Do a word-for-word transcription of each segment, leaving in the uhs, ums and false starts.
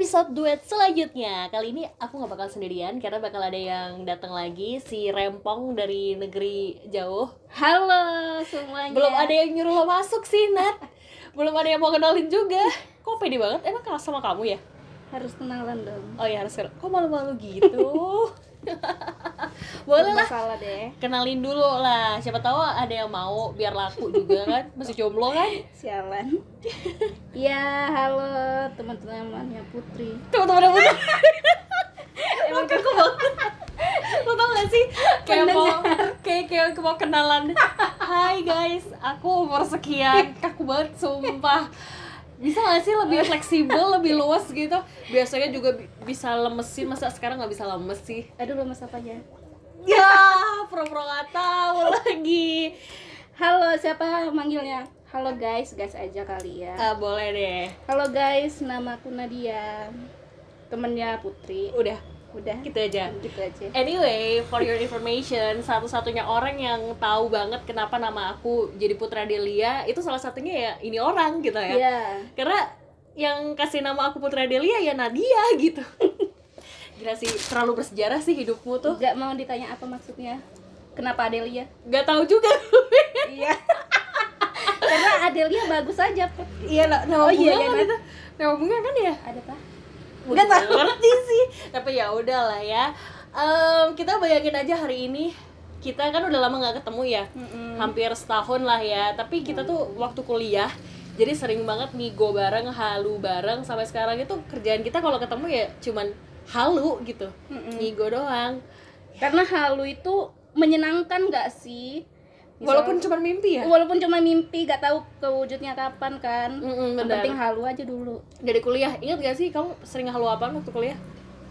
episode duet selanjutnya. Kali ini aku gak bakal sendirian karena bakal ada yang datang lagi, si Rempong dari negeri jauh. Halo semuanya. Belum ada yang nyuruh lo masuk sih, Nat. Belum ada yang mau kenalin juga. Kok pede banget? Emang kalah sama kamu ya? Harus kenalan dong. Oh iya harus kenalan. Kok malu-malu gitu? Boleh lah. Salah deh. Kenalin dulu lah. Siapa tahu ada yang mau biar laku juga kan. Masih jomblo kan? Sialan. Ya, halo teman-temannya Putri. Teman-teman Putri. Emang kaku banget. Lo tau gak sih? Kayak mau kayak, kayak mau kenalan. Hai guys, aku umur sekian. Kaku banget sumpah. Bisa gak sih lebih fleksibel, lebih luas gitu? Biasanya juga bi- bisa lemesin, masa sekarang gak bisa lemes sih? Aduh, lemes apanya? Ya, pura-pura gak tahu lagi. Halo, siapa manggilnya? Halo guys, guys aja kali ya. Ah, boleh deh. Halo guys, nama aku Nadia. Temennya Putri. Udah, Udah, gitu aja. gitu aja. Anyway, for your information, satu-satunya orang yang tahu banget kenapa nama aku jadi Putra Delia itu salah satunya ya ini orang gitu ya. Iya. Karena yang kasih nama aku Putra Delia ya Nadia gitu. Gila sih, terlalu bersejarah sih hidupmu tuh. Gak mau ditanya apa maksudnya? Kenapa Adelia? Gak tahu juga. Iya. Karena Adelia bagus aja, Put. Iya, nama Oh, bunga iya, iya, kan Nat. itu. Nama bunga kan ya? Ada pak? Udah tahu ngerti sih. Tapi ya udahlah ya. Em, kita bayangin aja hari ini kita kan udah lama nggak ketemu ya. Mm-mm. Hampir setahun lah ya. Tapi kita tuh waktu kuliah jadi sering banget ngigo bareng, halu bareng. Sampai sekarang itu kerjaan kita kalau ketemu ya cuman halu gitu. Mm-mm. Ngigo doang. Karena halu itu menyenangkan nggak sih? Misal- Walaupun cuman mimpi ya. walaupun cuma mimpi, gak tahu kewujudnya kapan kan. Mm-mm, Yang benar. penting halu aja dulu. Dari kuliah, ingat gak sih kamu sering halu apaan waktu kuliah?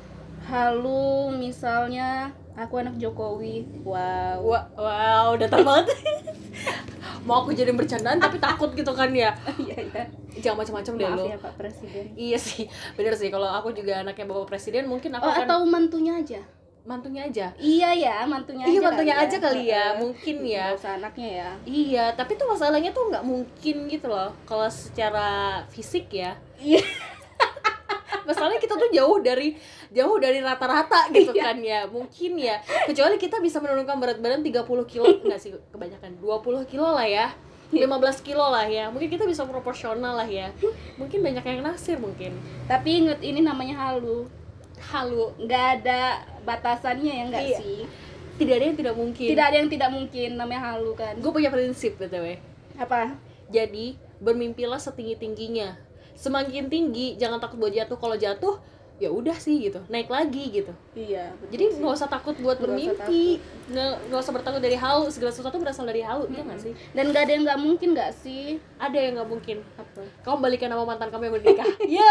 Halu misalnya aku anak Jokowi. Wow. Wah, wow, datar banget. Mau aku jadi bercandaan tapi takut gitu kan ya. Iya ya. Jangan macam-macam deh Maaf lo. ya Pak Presiden. Iya sih, bener sih. Kalau aku juga anaknya Bapak Presiden, mungkin aku Oh, akan atau mantunya aja. mantunya aja. Iya ya, mantunya Iya, aja. mantunya kali aja kali ya, Heeh. mungkin ya. Nggak usah anaknya ya. Iya, tapi tuh masalahnya tuh nggak mungkin gitu loh. Kalau secara fisik ya, Iya. masalahnya kita tuh jauh dari jauh dari rata-rata gitu Iya. kan ya. Mungkin ya, kecuali kita bisa menurunkan berat badan tiga puluh kilo, enggak sih kebanyakan dua puluh kilo lah ya. lima belas kilo lah ya. Mungkin kita bisa proporsional lah ya. Mungkin banyak yang naksir mungkin. Tapi inget ini namanya halu. Halu. Nggak ada batasannya ya nggak Iya. sih? Tidak ada yang tidak mungkin. Tidak ada yang tidak mungkin, namanya halu kan. Gue punya prinsip btw. Apa? Jadi bermimpilah setinggi tingginya. Semakin tinggi jangan takut buat jatuh. Kalau jatuh ya udah sih gitu, naik lagi gitu. Iya, betul Jadi sih. nggak usah takut buat Nggak usah bermimpi, nggak nggak usah bertakut dari halu. Segala sesuatu berasal dari halu, iya nggak sih? Dan nggak ada yang nggak mungkin nggak sih? Ada yang nggak mungkin. Apa? Kamu balikan sama mantan kamu yang udah nikah. Ya.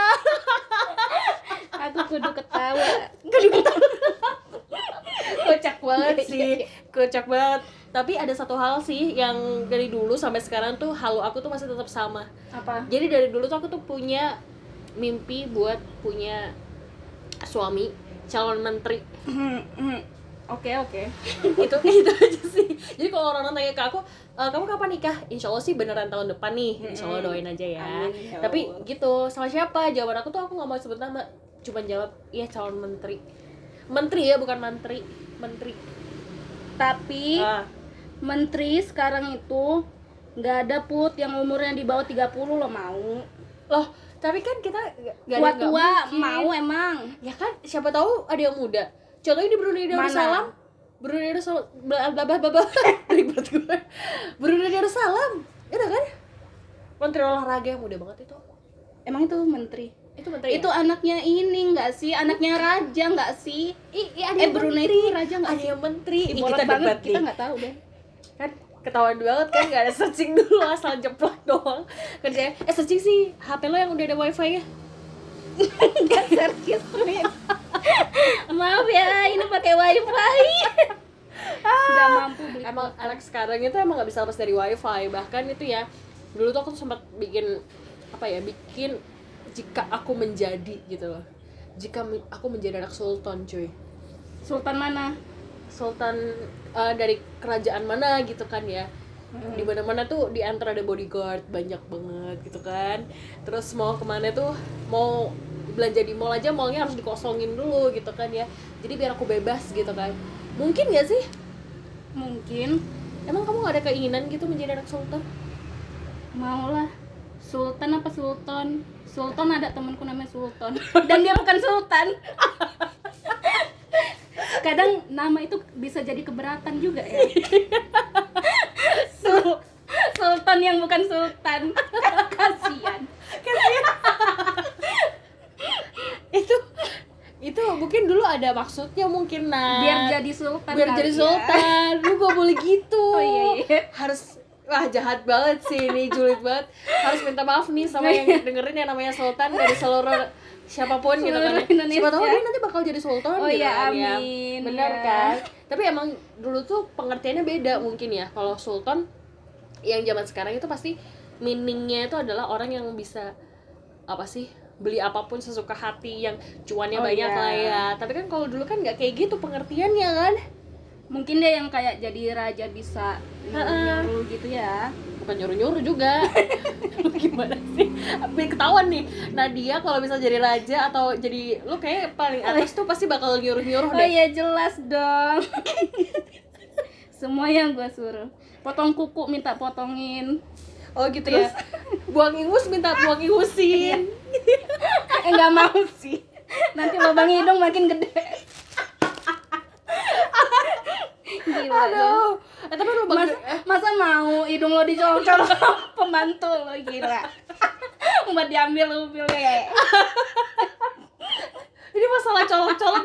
Aku kudu ketawa. Kocak banget sih, kocak banget. Tapi ada satu hal sih yang dari dulu sampai sekarang tuh halu aku tuh masih tetap sama. Apa? Jadi dari dulu tuh aku tuh punya mimpi buat punya suami calon menteri. Oke oke. itu itu aja sih. Jadi kalau orang tanya ke aku, e, kamu kapan nikah? Insya Allah sih beneran tahun depan nih. Insya Allah doain aja ya. Amin, ya Tapi Allah. gitu, sama siapa? Jawaban aku tuh aku nggak mau sebut nama, cuma jawab iya calon menteri. Menteri ya, bukan mantri. Menteri. Tapi Ah, menteri sekarang itu nggak ada Put yang umurnya di bawah tiga puluh lo mau. loh, tapi kan kita nggak- nggak ada yang nggak Tua-tua mungkin. mau emang. Ya kan, siapa tahu ada yang muda. Contohnya di Brunei Darussalam. Brunei Darussalam, bla bla bla bla bla. Ribet gue. Brunei Darussalam, itu kan? Menteri olahraga yang muda banget itu. Emang itu menteri. Itu menteri. Itu anaknya ini nggak sih? Anaknya raja nggak sih? Ih, ih, ada Eh yang Brunei menteri. itu raja nggak Ada sih? yang menteri. Ih, Ih, bolot kita banget, debat kita nih. nggak tahu deh. Kan ketahuan banget kan, nggak ada searching dulu, asal jeplak doang kerjanya. Eh searching sih H P lo yang udah ada wifi nya. Nggak serius Min. Maaf ya, ini pakai wifi. Nggak mampu beli. Emang anak sekarang itu emang nggak bisa lepas dari wifi. Bahkan itu ya, dulu tuh aku tuh sempat bikin apa ya, bikin jika aku menjadi gitu loh. Jika mi- aku menjadi anak sultan cuy. Sultan mana? Sultan eh, dari kerajaan mana gitu kan ya. Di mana-mana tuh di antara ada bodyguard banyak banget gitu kan. Terus mau kemana tuh, mau belanja di mall aja, mallnya harus dikosongin dulu gitu kan ya. Jadi biar aku bebas gitu kan. Mungkin gak sih? Mungkin. Emang kamu gak ada keinginan gitu menjadi anak sultan? Maulah. Sultan apa sultan? Sultan ada temanku namanya Sultan. Dan dia bukan sultan. Kadang nama itu bisa jadi keberatan juga ya. Sul- Sultan yang bukan sultan. Kasian. Kasihan. itu itu mungkin dulu ada maksudnya mungkin, nah Biar jadi sultan. biar kali jadi ya. sultan. Lu gak boleh gitu. Oh iya, iya. Harus, wah jahat banget sih ini, julid banget. Harus minta maaf nih sama yang dengerin yang namanya sultan dari seluruh siapapun gitu kan. Seluruh Indonesia. Siapa tahu dia nanti bakal jadi sultan Oh gitu iya, kan ya. amin, Bener ya. kan? Tapi emang dulu tuh pengertiannya beda mungkin ya. Kalau sultan yang zaman sekarang itu pasti meaningnya itu adalah orang yang bisa apa sih, beli apapun sesuka hati, yang cuannya Oh, banyak iya. lah ya. Tapi kan kalau dulu kan nggak kayak gitu pengertiannya kan. Mungkin dia yang kayak jadi raja bisa nyuruh gitu ya. Bukan nyuruh-nyuruh juga. Lu gimana sih? Tapi ketahuan nih Nadia kalau bisa jadi raja atau jadi, lu kayak paling atas tuh pasti bakal nyuruh-nyuruh Oh deh. iya jelas dong. Semua yang gua suruh. Potong kuku minta potongin. Oh gitu ya. Buang ingus minta buang ingusin. Eh nggak mau sih. Nanti lubang hidung makin gede. Gila. Aduh. Eh tapi lu Mas, bagi eh, masa mau hidung lo dicolok-colok pembantu lo, gila. Buat diambil upilnya. ini masalah colok-colok.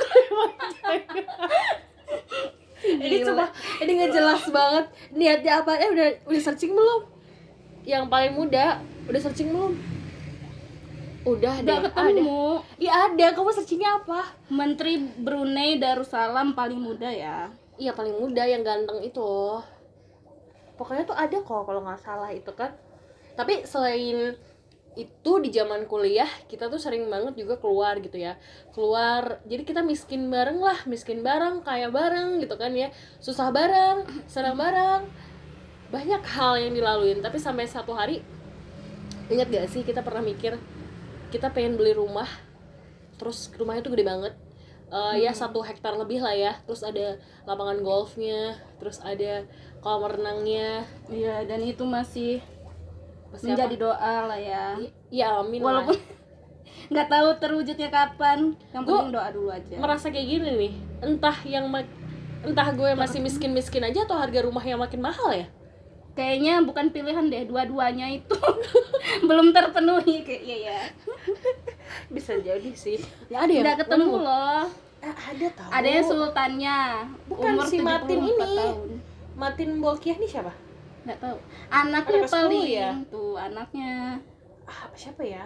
Ini Gila. cuma ini nggak jelas banget. Niatnya apa? Eh udah udah searching belum? Yang paling muda udah searching belum? Udah deh. Udah ketemu. Iya ada. Kamu searchingnya apa? Menteri Brunei Darussalam paling muda ya. Iya paling muda yang ganteng itu. Pokoknya tuh ada kok kalau nggak salah itu kan. Tapi selain itu di zaman kuliah kita tuh sering banget juga keluar gitu ya. Keluar jadi kita miskin bareng lah, miskin bareng, kaya bareng gitu kan ya. Susah bareng, senang bareng. Banyak hal yang dilaluin. Tapi sampai satu hari, ingat gak sih kita pernah mikir kita pengen beli rumah, terus rumahnya tuh gede banget. Uh, ya satu hektar lebih lah ya, terus ada lapangan golfnya, terus ada kolam renangnya. Iya, dan itu masih Masih menjadi apa? doa lah ya. Ya amin. Walaupun lah. nggak tahu terwujudnya kapan, yang Gua penting doa dulu aja. Merasa kayak gini nih, entah yang ma- entah gue masih miskin-miskin aja atau harga rumah yang makin mahal ya. Kayaknya bukan pilihan deh, dua-duanya itu belum terpenuhi kayaknya ya. Bisa jadi sih. Ya ada yang Udah ketemu waduh. loh. Eh, ada tahu. Adanya sultannya. Bukan umur si Matin tujuh puluh empat ini. tahun. Matin Bolkiah nih siapa? Nggak tahu. Anaknya Anak kesepuluh paling ya? tuh anaknya. Ah, apa siapa ya?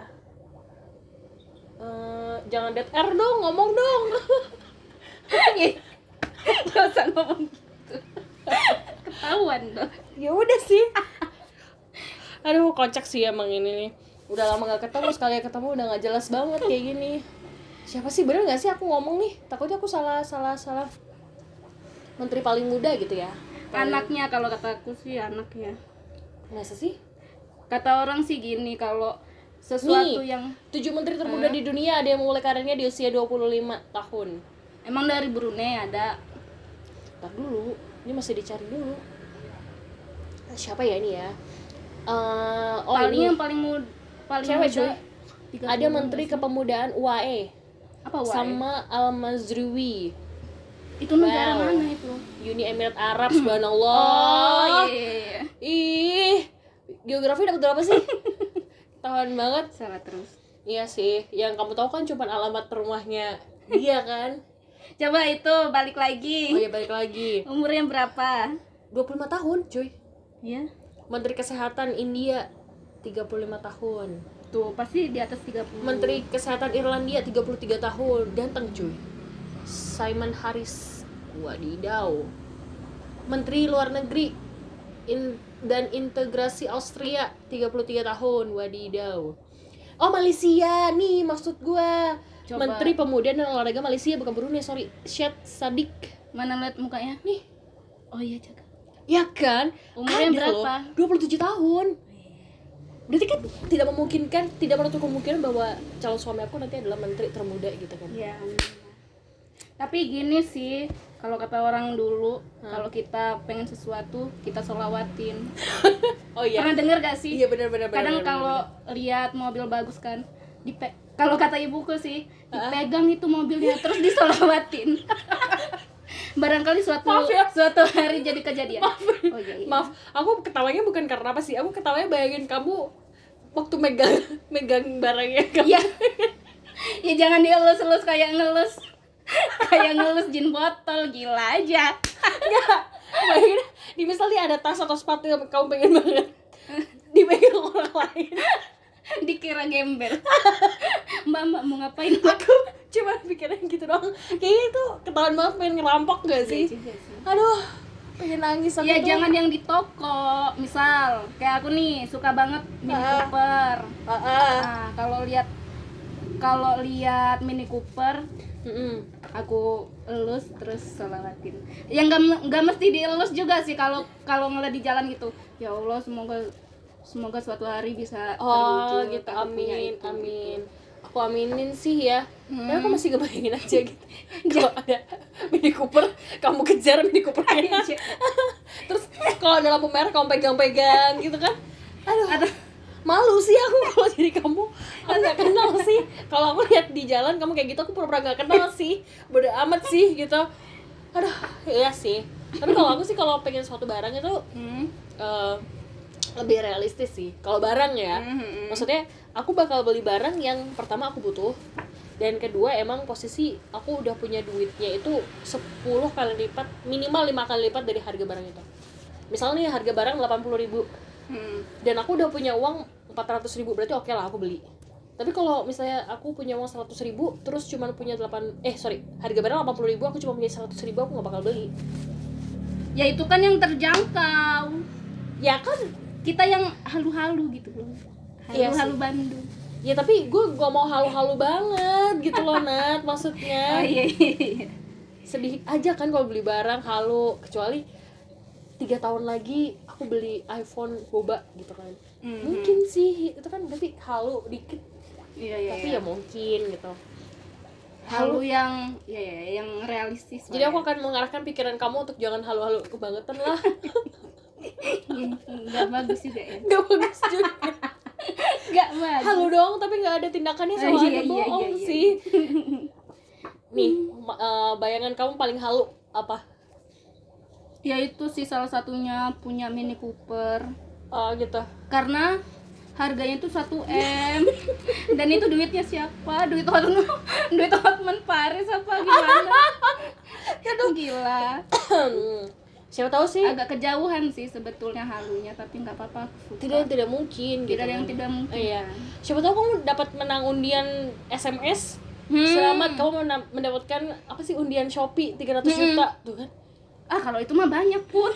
Eh, jangan dead air dong, ngomong dong. Gak usah ngomong gitu. Ketahuan dong. Ya udah sih. Aduh kocak sih emang ini nih. Udah lama gak ketemu, sekali ketemu udah gak jelas banget kayak gini. Siapa sih, bener gak sih aku ngomong nih? Takutnya aku salah salah salah. Menteri paling muda gitu ya. Paling- Anaknya kalau kataku sih anaknya. Masa sih? Kata orang sih gini, kalau sesuatu Nih. yang Tujuh menteri termuda di dunia ada yang memulai karirnya di usia dua puluh lima tahun. emang dari Brunei ada. Ntar dulu, ini masih dicari dulu. Siapa ya ini ya? Eh, oh paling ini yang paling muda, paling cewek muda cuy. tiga Ada puluh menteri nggak sih? kepemudaan U A E apa W A E? sama Al-Mazrui. Itu negara Wow. mana itu? Uni Emirat Arab, subhanallah. Oh iya, iya. Ih, geografi dapat berapa sih? Tahan banget. Salah terus. Iya sih, yang kamu tahu kan cuma alamat rumahnya dia kan. Coba itu balik lagi. Oh ya balik lagi. Umurnya berapa? dua puluh lima tahun, cuy. Ya. Menteri Kesehatan India tiga puluh lima tahun. Tuh, pasti di atas tiga puluh. Menteri Kesehatan Irlandia tiga puluh tiga tahun, ganteng cuy. Simon Harris, wadidaw. Menteri Luar Negeri in, dan Integrasi Austria tiga puluh tiga tahun, wadidaw. Oh Malaysia nih maksud gua. Coba. Menteri Pemuda dan Olahraga Malaysia, bukan Brunei, sorry. Syed Sadiq. Mana lihat mukanya? Nih, Oh iya, jaga. ya kan? Umurnya Ada berapa? loh, dua puluh tujuh tahun. Berarti kan tidak memungkinkan, tidak menutup kemungkinan bahwa calon suami aku nanti adalah menteri termuda gitu kan. Iya. Tapi gini sih, kalau kata orang dulu, hmm. kalau kita pengen sesuatu, kita solawatin. Oh iya. Pernah denger gak sih? Iya benar-benar. Kadang kalau lihat mobil bagus kan, dipe kalau kata ibuku sih, dipegang uh-huh. itu mobilnya terus disolawatin. Barangkali suatu ya. suatu hari jadi kejadian. Maaf. Oh iya, iya. Maaf, aku ketawanya bukan karena apa sih? Aku ketawanya bayangin kamu waktu megang megang barangnya kamu. Ya. Ya jangan dielus-elus kayak ngelus. Kayak ngelus jin botol, gila aja. Enggak. Bayangin, di misalnya ada tas atau sepatu yang kamu pengen banget dipegang orang lain. Dikira gembel. Mbak, mbak mau ngapain? Aku cuma pikirin gitu doang. Kayaknya itu ketahuan banget pengen ngerampok gak sih? Aduh, pengen nangis aku ya tuh. Jangan yang di toko. Misal kayak aku nih suka banget Mini uh, Cooper. Uh, uh. Nah, kalau lihat kalau lihat Mini Cooper, mm-mm. aku elus terus solawatin. Yang nggak nggak mesti dielus juga sih kalau kalau ngeliat di jalan gitu. Ya Allah, semoga semoga suatu hari bisa oh terwujud, gitu, amin itu, amin gitu. Aku aminin sih ya. Hmm. Tapi aku masih kebayangin aja gitu. Kalau ada Mini Cooper, kamu kejar Mini Coopernya. Terus kalau ada lampu merah kamu pegang-pegang gitu kan. Aduh, Aduh. Malu sih aku kalau jadi kamu. Aku nggak kenal sih. Kalau aku lihat di jalan kamu kayak gitu, aku pura-pura nggak kenal sih. Bodo amat sih gitu. Aduh, iya sih. Tapi kalau aku sih kalau pengen suatu barang itu hmm. uh, lebih realistis sih. Kalau barang ya, mm-hmm. maksudnya aku bakal beli barang yang pertama aku butuh, dan kedua emang posisi aku udah punya duitnya itu sepuluh kali lipat, minimal lima kali lipat dari harga barang itu. Misalnya harga barang delapan puluh ribu, mm. dan aku udah punya uang empat ratus ribu, berarti oke okay lah aku beli. Tapi kalau misalnya aku punya uang seratus ribu, terus cuma punya delapan, eh sorry, harga barang delapan puluh ribu, aku cuma punya seratus ribu, aku gak bakal beli. Ya itu kan yang terjangkau. Ya kan, kita yang halu-halu gitu loh, halu-halu iya Bandung. Ya tapi gue gak mau halu-halu banget gitu loh Nat, maksudnya. Oh iya iya. Sedih aja kan kalau beli barang halu, kecuali tiga tahun lagi aku beli iPhone boba gitu kan. Mm-hmm. Mungkin sih itu kan berarti halu dikit. Iya iya. Tapi iya. ya mungkin gitu. Halu yang ya ya yang realistis. Jadi aku akan mengarahkan pikiran kamu untuk jangan halu-halu kebangetan lah. Gak bagus juga ya. Gak bagus juga. Gak bagus. Halu doang tapi gak ada tindakannya sama oh, iya, ada iya, bohong iya, iya. sih. Nih, uh, bayangan kamu paling halu apa? Ya itu sih salah satunya punya Mini Cooper. Oh gitu. Karena harganya itu satu M. Dan itu duitnya siapa? Duit Hotman, duit Hotman Paris apa gimana? Aduh gila. Siapa tahu sih, agak kejauhan sih sebetulnya halunya, tapi nggak apa-apa. Tidak tidak mungkin tidak gitu. Yang tidak mungkin. Iya. Siapa tahu kamu dapat menang undian S M S. Hmm. Selamat kamu mendapatkan apa sih undian Shopee tiga ratus juta hmm. tuh kan. Ah kalau itu mah banyak pun.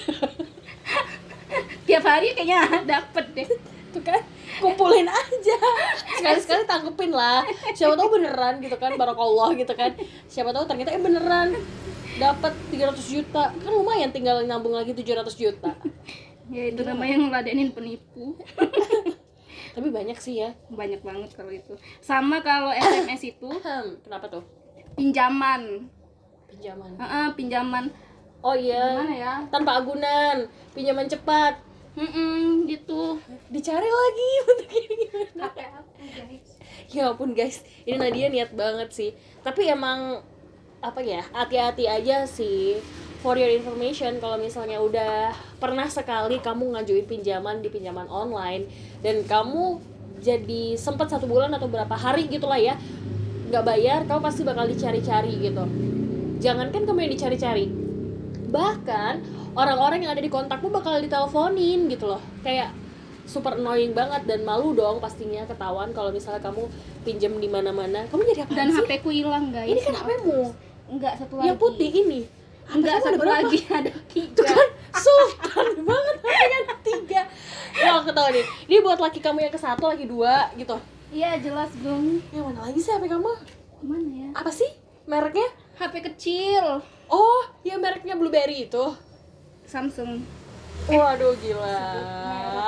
Tiap hari kayaknya dapet deh. Tuh kan, kumpulin aja. Sekali-sekali tangkepin lah. Siapa tahu beneran gitu kan, barakallah gitu kan. Siapa tahu ternyata eh beneran dapat tiga ratus juta, kan lumayan, tinggal nambung lagi tujuh ratus juta. Ya itu namanya ngeladenin penipu. Tapi banyak sih ya, banyak banget kalau itu. Sama kalau S M S itu kenapa tuh? Pinjaman. Pinjaman. Uh-uh, pinjaman. Oh iya. Gimana ya? Tanpa agunan, pinjaman cepat. Mm gitu. Dicari lagi untuk ini gimana? Apa aku guys? Ya ampun guys, ini Nadia niat banget sih. Tapi emang apa ya, hati-hati aja sih. For your information, kalau misalnya udah pernah sekali kamu ngajuin pinjaman di pinjaman online dan kamu jadi sempat satu bulan atau berapa hari gitulah ya nggak bayar, kamu pasti bakal dicari-cari gitu. Jangankan kamu yang dicari-cari, bahkan orang-orang yang ada di kontakmu bakal diteleponin gitu loh. Kayak super annoying banget dan malu dong pastinya ketahuan kalau misalnya kamu pinjam di mana-mana. Kamu jadi apa dan sih? H P ku hilang guys. Ini kan H P-mu. Enggak, satu lagi. Yang putih ini. Enggak, satu ada lagi ada tiga. Tuh kan sultan banget, hanya tiga. Ya aku tahu nih. Ini buat laki kamu yang ke satu, laki dua gitu. Iya jelas dong. Yang mana lagi sih H P kamu? Mana ya? Apa sih mereknya? H P kecil. Oh, ya mereknya Blueberry itu. Samsung. Waduh gila. Gila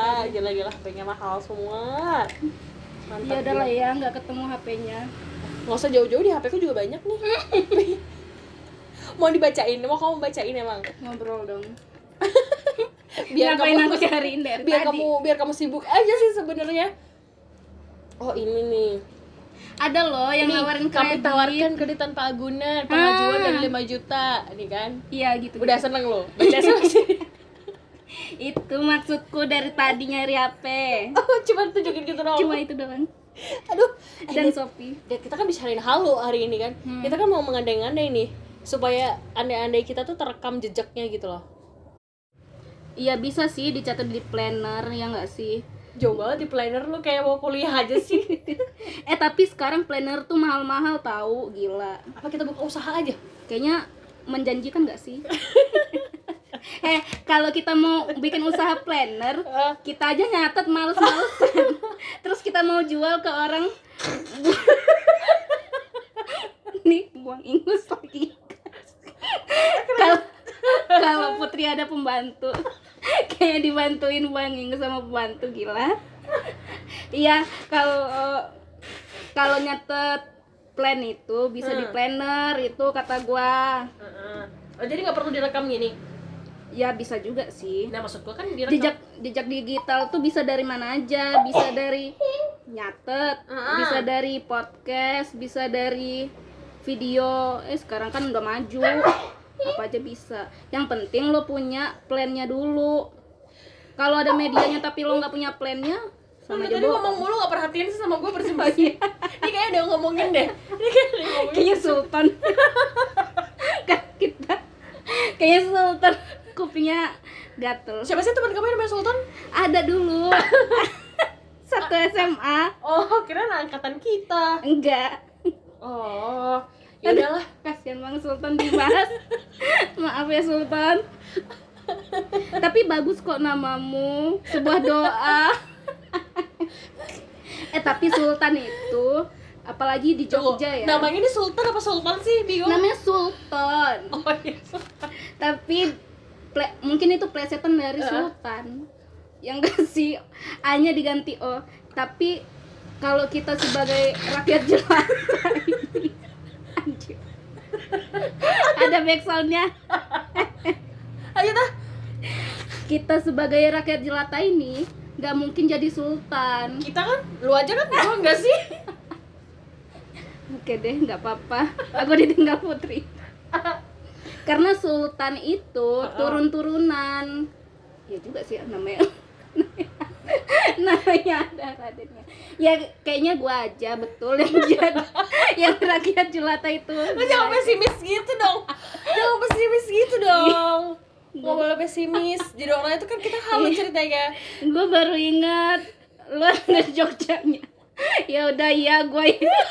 lagi lah H P-nya mahal semua. Mantap. Iya adalah ya, nggak ketemu H P-nya. Nggak usah jauh-jauh, di H P-ku juga banyak nih. Mau dibacain? Mau kamu bacain emang? Ngobrol dong. Biar Ngapain kamu aku cariin dari biar tadi? kamu biar kamu sibuk aja sih sebenarnya. Oh ini nih. Ada loh yang Nih, nawarin kami kredit. tawarkan kredit tanpa agunan, pengajuan Ah. dari lima juta, nih kan? Iya gitu. Udah seneng lo. Baca S M S. Itu maksudku dari tadi nyari H P. Oh, cuma tunjukin gitu doang. Cuma itu doang. Aduh, eh, Dan Dit, Shopee. Dit, kita kan bicarain halo hari ini kan. Hmm. Kita kan mau mengandai-andai nih supaya andai-andai kita tuh terekam jejaknya gitu loh. Iya bisa sih dicatat di planner ya nggak sih? Jauh banget di planner lu, kayak mau kuliah aja sih. Eh tapi sekarang planner tuh mahal-mahal tahu, gila. Apa kita buka usaha aja? Kayaknya menjanjikan nggak sih? Eh kalau kita mau bikin usaha planner, Ah. kita aja nyatet males-malesan. Terus kita mau jual ke orang. Nih buang ingus lagi. Kalau kalau Putri ada pembantu, kayak dibantuin buang ingus sama pembantu, gila. Iya, kalau kalau nyatet plan itu bisa di Hmm. planner itu kata gua. Heeh. Oh, jadi nggak perlu direkam gini. Ya bisa juga sih. Nah, maksud gua kan direkam. Jejak jejak digital tuh bisa dari mana aja, bisa dari nyatet, Ah. bisa dari podcast, bisa dari video. Eh sekarang kan udah maju, apa aja bisa. Yang penting lo punya plannya dulu. Kalau ada medianya tapi lo nggak punya plannya, sama Sama aja tadi bohong. ngomong mulu gak perhatiin sih sama gue Oh, bersih-bersih. iya. Ini kayaknya udah ngomongin deh. Ini kayaknya udah ngomongin. Kayaknya Sultan. Kan kita kayaknya Sultan kupingnya gatel. Siapa sih teman kamu yang namanya Sultan? Ada dulu. Satu S M A. Oh, kira angkatan kita. Enggak. Oh, ya udahlah. Kasihan banget Sultan dibahas. Maaf ya Sultan. Tapi bagus kok namamu, sebuah doa. Eh tapi Sultan itu apalagi di Tunggu, Jogja ya. namanya ini Sultan apa Sultan sih? Bingung. Namanya Sultan. Oh iya, Sultan. Tapi ple- mungkin itu plesetan dari Uh. Sultan. Yang kasih A-nya diganti O. Tapi kalau kita sebagai rakyat jelata ini, anjir. Ada backsoundnya. Ayo dah. Kita sebagai rakyat jelata ini nggak mungkin jadi sultan. Kita kan, lu aja kan, gua enggak sih? Oke deh, nggak apa-apa. Aku ditinggal Putri. Karena sultan itu turun-turunan. Ya juga sih namanya. Namanya ada radennya. Ya kayaknya gua aja betul yang jadi yang rakyat jelata itu. Lu jangan pesimis gitu dong. Jangan pesimis gitu dong. Nggak boleh pesimis. Jadi orang itu kan kita halu ceritanya. Gue baru ingat lu ada Jogjanya. Ya udah ya gue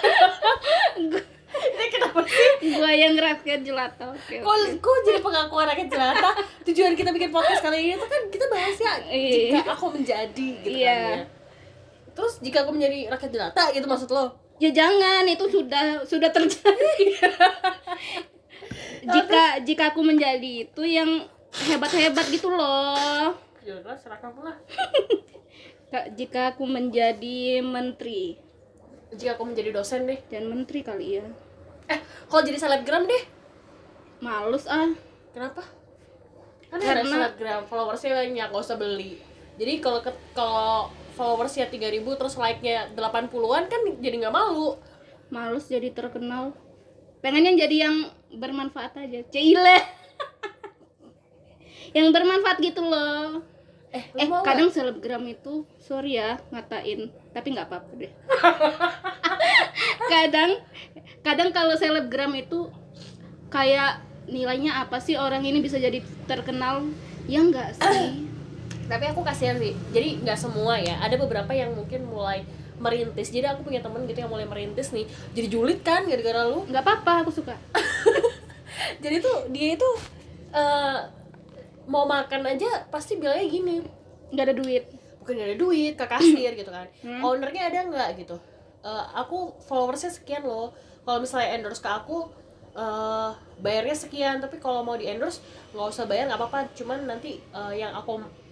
Ini kenapa sih? gue yang rakyat jelata. Oke. Kok, kok jadi pengakuan rakyat jelata? Tujuan kita bikin podcast kali ini tuh kan kita bahas ya Iya. jika aku menjadi gitu Iya. kan ya. Terus jika aku menjadi rakyat jelata gitu maksud lo? Ya jangan, itu sudah sudah terjadi. jika jika aku menjadi itu yang hebat-hebat gitu loh. Ya udah serahkan lah. Kak, jika aku menjadi menteri Jika aku menjadi dosen deh. dan menteri kali ya. Eh, kalau jadi selebgram deh. Males ah. Kenapa? Kan ada Karena- selebgram followersnya banyak, gak usah beli. Jadi kalau ke- kalau followersnya tiga ribu terus like-nya delapan puluhan kan jadi nggak malu. Males jadi terkenal. Pengennya jadi yang bermanfaat aja. Cile. Yang bermanfaat gitu loh. Eh, lu Eh mau kadang selebgram itu sorry ya ngatain, tapi nggak apa-apa deh. kadang kadang kalau selebgram itu kayak nilainya apa sih orang ini bisa jadi terkenal? Ya enggak sih. tapi aku kasihan sih, jadi nggak semua ya, ada beberapa yang mungkin mulai merintis. Jadi aku punya temen gitu yang mulai merintis nih, jadi julid kan gara-gara lu. Nggak apa-apa, aku suka. Jadi tuh dia itu eh, mau makan aja pasti bilangnya gini, Nggak ada duit. bukan ada duit ke kasir gitu kan. Hmm. Ownernya ada nggak gitu, Eh, aku followersnya sekian loh, kalau misalnya endorse ke aku eh, bayarnya sekian, tapi kalau mau di endorse nggak usah bayar, nggak apa-apa, cuman nanti eh, yang aku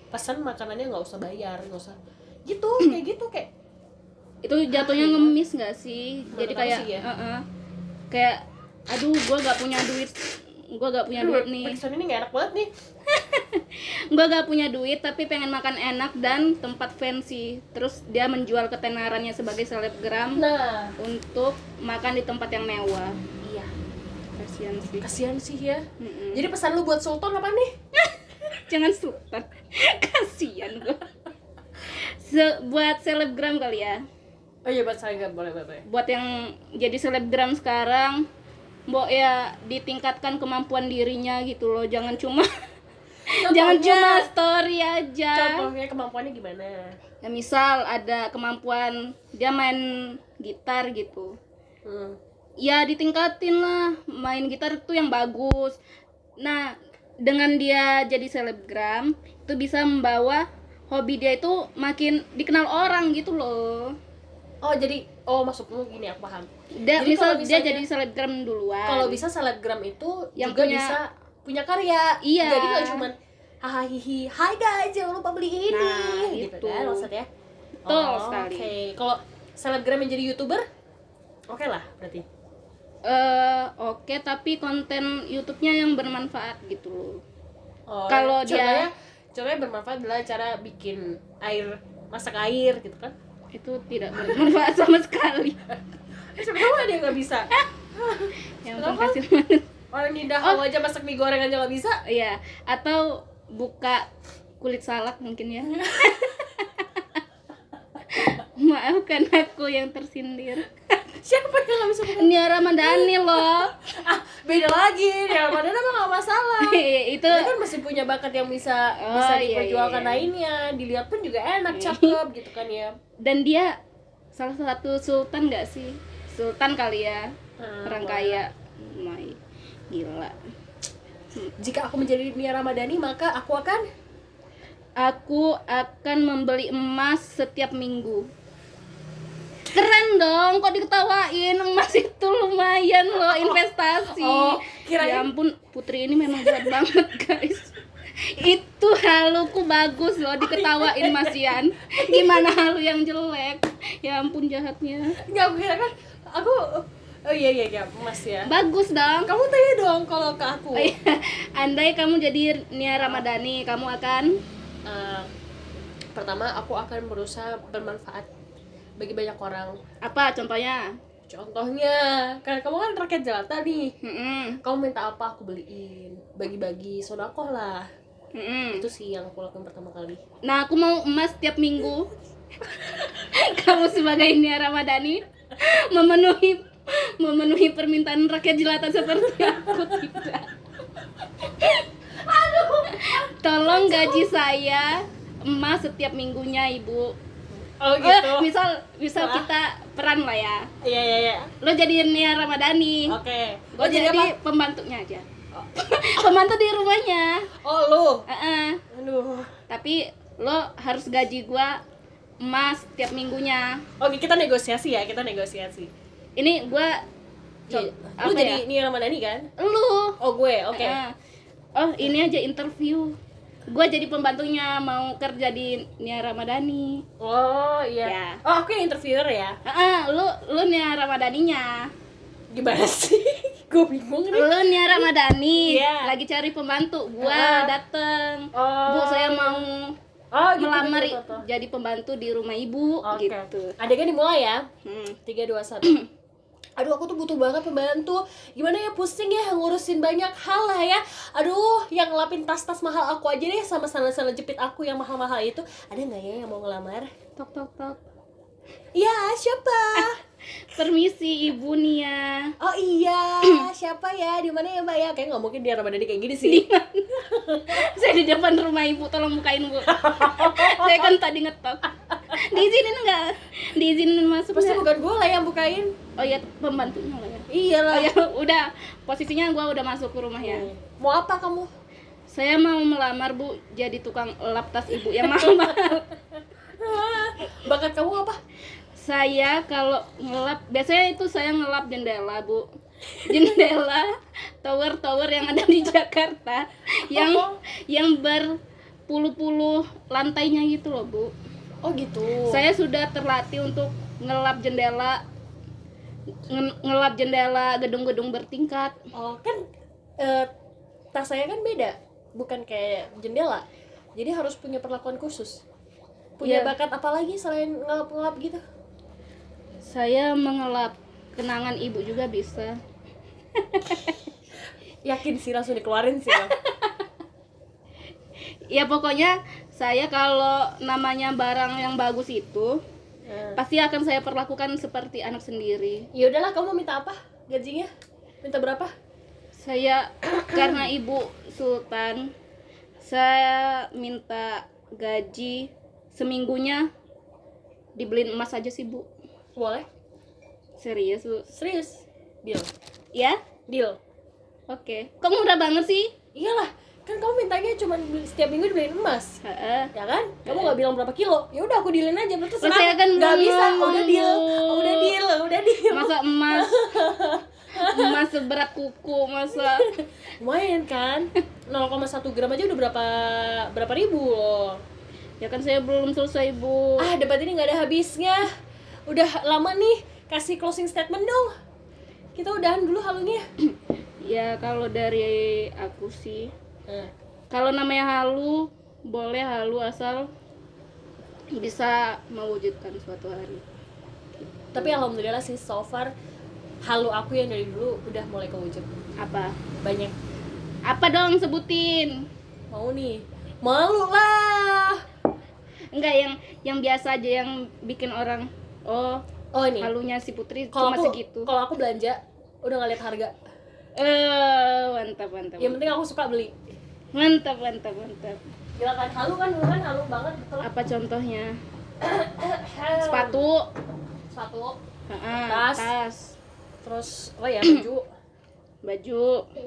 pesan makanannya nggak usah bayar, nggak usah gitu kayak gitu kayak itu jatuhnya ah, ngemis nggak sih? Jadi Menurut kayak aku sih ya. uh-uh. kayak aduh gue gak punya duit gue gak punya duit nih Pakistan ini nggak enak banget nih. gue gak punya duit tapi pengen makan enak dan tempat fancy, terus dia menjual ketenarannya sebagai selebgram Nah untuk makan di tempat yang mewah. iya, Kasian sih. kasihan sih ya. Mm-mm. Jadi pesan lu buat Sultan apa nih? Jangan sultan. Kasian gue. Se- buat selebgram kali ya. Oh iya, buat saya nggak boleh boleh. Buat yang jadi selebgram sekarang, mbok ya ditingkatkan kemampuan dirinya gitu loh. Jangan cuma jangan cuma story aja. Contohnya kemampuannya gimana? Ya misal ada kemampuan dia main gitar gitu. Hmm. Ya ditingkatin lah, main gitar itu yang bagus. Nah, dengan dia jadi selebgram itu bisa membawa hobi dia itu makin dikenal orang gitu loh. Oh jadi, oh maksudmu gini, aku paham. Dia Jadi misal kalau dia misalnya- jadi selebgram duluan. Kalau bisa selebgram itu Yang juga punya- bisa punya karya. Iya. Jadi nggak cuman hahaha hihi, hai guys jangan lupa beli ini, Nah, gitu itu. kan maksudnya. Betul Oh, sekali. Oke, kalau selebgram yang jadi youtuber, oke lah berarti. eh oke, tapi konten YouTube-nya yang bermanfaat gitu loh. Oh, Kalau contohnya, dia- contohnya bermanfaat adalah cara bikin air, masak air gitu kan. Itu tidak bermanfaat sama sekali. Sebenarnya ada yang nggak bisa. Yang Kenapa? kasih manis. Orang lidah Oh. oh. aja masak mie goreng aja nggak bisa. Iya, atau buka kulit salak mungkin ya. Maafkan aku yang tersindir. Siapa yang nggak bisa buka? Nia Ramadhani loh. Ah, beda lagi. Ya padahal emang nggak masalah. Itu Dia kan masih punya bakat yang bisa Oh, bisa iya, diperjualkan iya. lainnya. Dilihat pun juga enak, Iya. cakep gitu kan ya. dan dia salah satu sultan nggak sih? Sultan kali ya. Hmm, Orang boleh. kaya. My gila. Jika aku menjadi Nia Ramadhani, maka aku akan Aku akan membeli emas setiap minggu. Keren dong, kok diketawain? Emas itu lumayan loh investasi. Oh, kirain- Ya ampun, Putri ini memang berat banget guys. Itu haluku bagus loh, diketawain Mas Ian. Gimana halu yang jelek? Ya ampun jahatnya. nggak aku kira kan aku oh iya iya iya emas ya. Bagus dong. Kamu tanya dong kalau ke aku. Oh, iya. Andai kamu jadi Nia Ramadhani, kamu akan Eh, pertama aku akan berusaha bermanfaat bagi banyak orang. apa contohnya? Contohnya, karena kamu kan rakyat jelata nih. Mm-mm. Kamu minta apa aku beliin, bagi-bagi sodakoh lah. Mm-mm. Itu sih yang aku lakukan pertama kali. Nah, aku mau emas tiap minggu. Kamu sebagai Nia Ramadhani memenuhi memenuhi permintaan rakyat jelata seperti aku tidak. Tolong gaji saya emas setiap minggunya, Ibu. Oh Eh, misal misal Wah. kita peran lah ya. Iya iya iya. Lo jadi Nia Ramadhani. Oke. Gue Oh, jadi jadi apa? pembantunya aja. Pembantu di rumahnya. Oh, lu. Heeh. Aduh. Tapi lo harus gaji gua emas tiap minggunya. Oke, kita negosiasi ya, kita negosiasi. Ini gua Iya. apa Lu ya? jadi Nia Ramadhani kan? Lu. Oh, gue. Oke. Heeh. Oh, ini aja interview. Gua jadi pembantunya mau kerja di Nia Ramadhani. Oh, iya. Ya. Oh, aku yang interviewer ya. Heeh, lu lu Nia Ramadhaninya. Gimana sih? Gue bingung nih. Lu Nia Ramadhani. Iya. Lagi cari pembantu. Gua Heeh. dateng. Oh. Bu, saya mau Oh, gitu, melamar gitu, gitu. jadi pembantu di rumah ibu Oke. gitu. Adegan dimulai ya. Hmm. tiga dua satu. Aduh, aku tuh butuh banget pembantu. Gimana ya, pusing ya ngurusin banyak hal lah ya. Aduh, yang ngelapin tas-tas mahal aku aja deh, sama sandal-sandal jepit aku yang mahal-mahal itu. Ada nggak ya yang mau ngelamar? Tok tok tok. Ya, siapa? Permisi Ibu Nia. Oh iya, siapa ya? Di mana ya, Mbak ya? Kayak nggak mungkin dia Ramadhani kayak gini sih. Saya di depan rumah Ibu, tolong bukain Bu. Saya kan tadi ngetok. Diizinin enggak? Diizinin masuk Pasti nggak? bukan gue lah yang bukain. Oh iya, pembantunya lah ya. Iyalah. Oh ya, udah. Posisinya gua udah masuk ke rumah ya. Mau apa kamu? Saya mau melamar Bu jadi tukang lap tas Ibu yang mahal-mahal. Bakat kamu apa? Saya kalau ngelap, biasanya itu saya ngelap jendela Bu. Jendela tower-tower yang ada di Jakarta yang Oh. yang ber berpuluh-puluh lantainya gitu loh, Bu. Oh gitu. Saya sudah terlatih untuk ngelap jendela nge- ngelap jendela gedung-gedung bertingkat. Oh kan eh, tas saya kan beda, bukan kayak jendela. Jadi harus punya perlakuan khusus. Punya Iya. bakat apa lagi selain ngelap-ngelap gitu? Saya mengelap kenangan ibu juga bisa. Yakin sih langsung dikeluarin sih Bang. Ya pokoknya saya kalau namanya barang yang bagus itu Nah. pasti akan saya perlakukan seperti anak sendiri. Ya udahlah, kamu minta apa gajinya? Minta berapa? Saya karena ibu sultan, saya minta gaji seminggunya dibeliin emas aja sih, Bu. Boleh? Serius, Bu? Serius? Deal. Ya? Deal. Oke. Kok murah banget sih? Iyalah, kan kamu mintanya cuma beli- setiap minggu dibeliin emas. Heeh. Ya kan? Kamu nggak bilang berapa kilo. Ya udah aku dealin aja, berarti Terus saya kan nggak belum bisa. ngomong, Udah deal. Bu. Udah deal, udah deal. Masa emas emas seberat kuku, masa Lumayan kan? nol koma satu gram aja udah berapa berapa ribu loh. ya kan saya belum selesai, Bu. Ah, debat ini nggak ada habisnya. Udah lama nih, kasih closing statement dong. Kita udahan dulu halunya. Ya kalau dari aku sih, Nah, kalau namanya halu boleh halu asal bisa mewujudkan suatu hari. tapi alhamdulillah sih so far halu aku yang dari dulu udah mulai kewujud. Apa? Banyak. Apa dong sebutin? Mau nih. Malu lah. Enggak yang yang biasa aja yang bikin orang oh Oh ini. halunya si Putri Kalau cuma aku segitu. kalau aku belanja udah nggak lihat harga. Eh, mantap mantap. Yang penting aku suka beli. Mantap mantap mantap. Gila kan halu kan dulu kan halu banget betul. Apa contohnya? Sepatu, Sepatu, heeh, Tas. tas, terus apa ya baju, baju.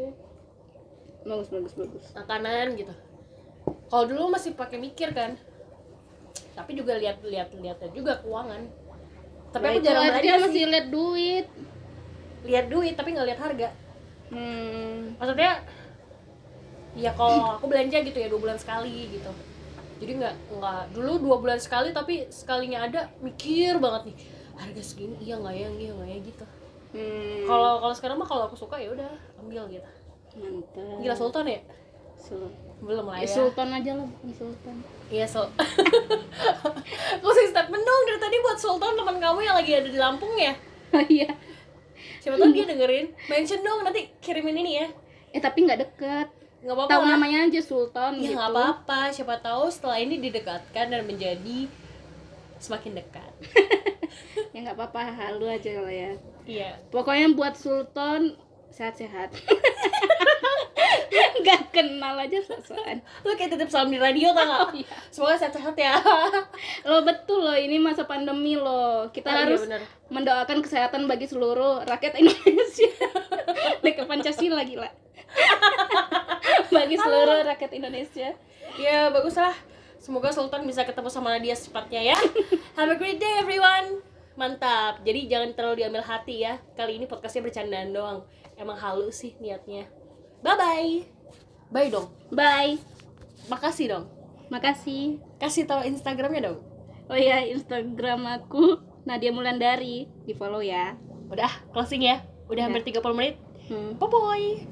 Bagus bagus bagus. makanan gitu. Kalau dulu masih pakai mikir kan. Tapi juga lihat-lihat lihatnya juga keuangan. Tapi Nah, aku itu jarang aja belanja masih sih. lihat duit. Lihat duit tapi nggak lihat harga. Hmm. Maksudnya ya kalau aku belanja gitu ya dua bulan sekali gitu. Jadi nggak nggak dulu dua bulan sekali tapi sekalinya ada mikir banget nih harga segini iya nggak ya iya nggak ya gitu. Hmm. Kalau kalau sekarang mah kalau aku suka ya udah ambil gitu. Mantap. Gila Sultan ya? Sul- Belum lah Eh, ya. Sultan aja lah, bukan Sultan. Iya Sul. Closing statement dong dari tadi buat Sultan teman kamu yang lagi ada di Lampung ya. Oh iya. Siapa tahu dia dengerin. Mention dong nanti kirimin ini ya. Eh tapi nggak deket. Nggak apa-apa. Tahu lah. namanya aja Sultan Ya gitu. nggak apa-apa. Siapa tahu setelah ini didekatkan dan menjadi semakin dekat. Ya nggak apa-apa, halu aja lah ya. Iya. Pokoknya buat Sultan sehat-sehat. Gak kenal aja sosokan. Lu kayak titip salam di radio tau gak? Oh, iya. Semoga sehat-sehat ya. Lo betul loh, ini masa pandemi loh. Kita Oh, iya, harus bener. mendoakan kesehatan bagi seluruh rakyat Indonesia. Dekat Pancasila gila. Bagi seluruh rakyat Indonesia. Ya bagus lah. Semoga Sultan bisa ketemu sama Nadia secepatnya ya. Have a great day everyone. Mantap. Jadi jangan terlalu diambil hati ya. Kali ini podcastnya bercandaan doang. Emang halus sih niatnya. Bye bye. Bye dong. Bye. Makasih dong. Makasih. Kasih tahu Instagramnya dong. Oh ya, Instagram aku Nadia Mulandari. Di follow ya. Udah closing ya. Udah Udah. hampir tiga puluh menit. Hmm. Bye bye.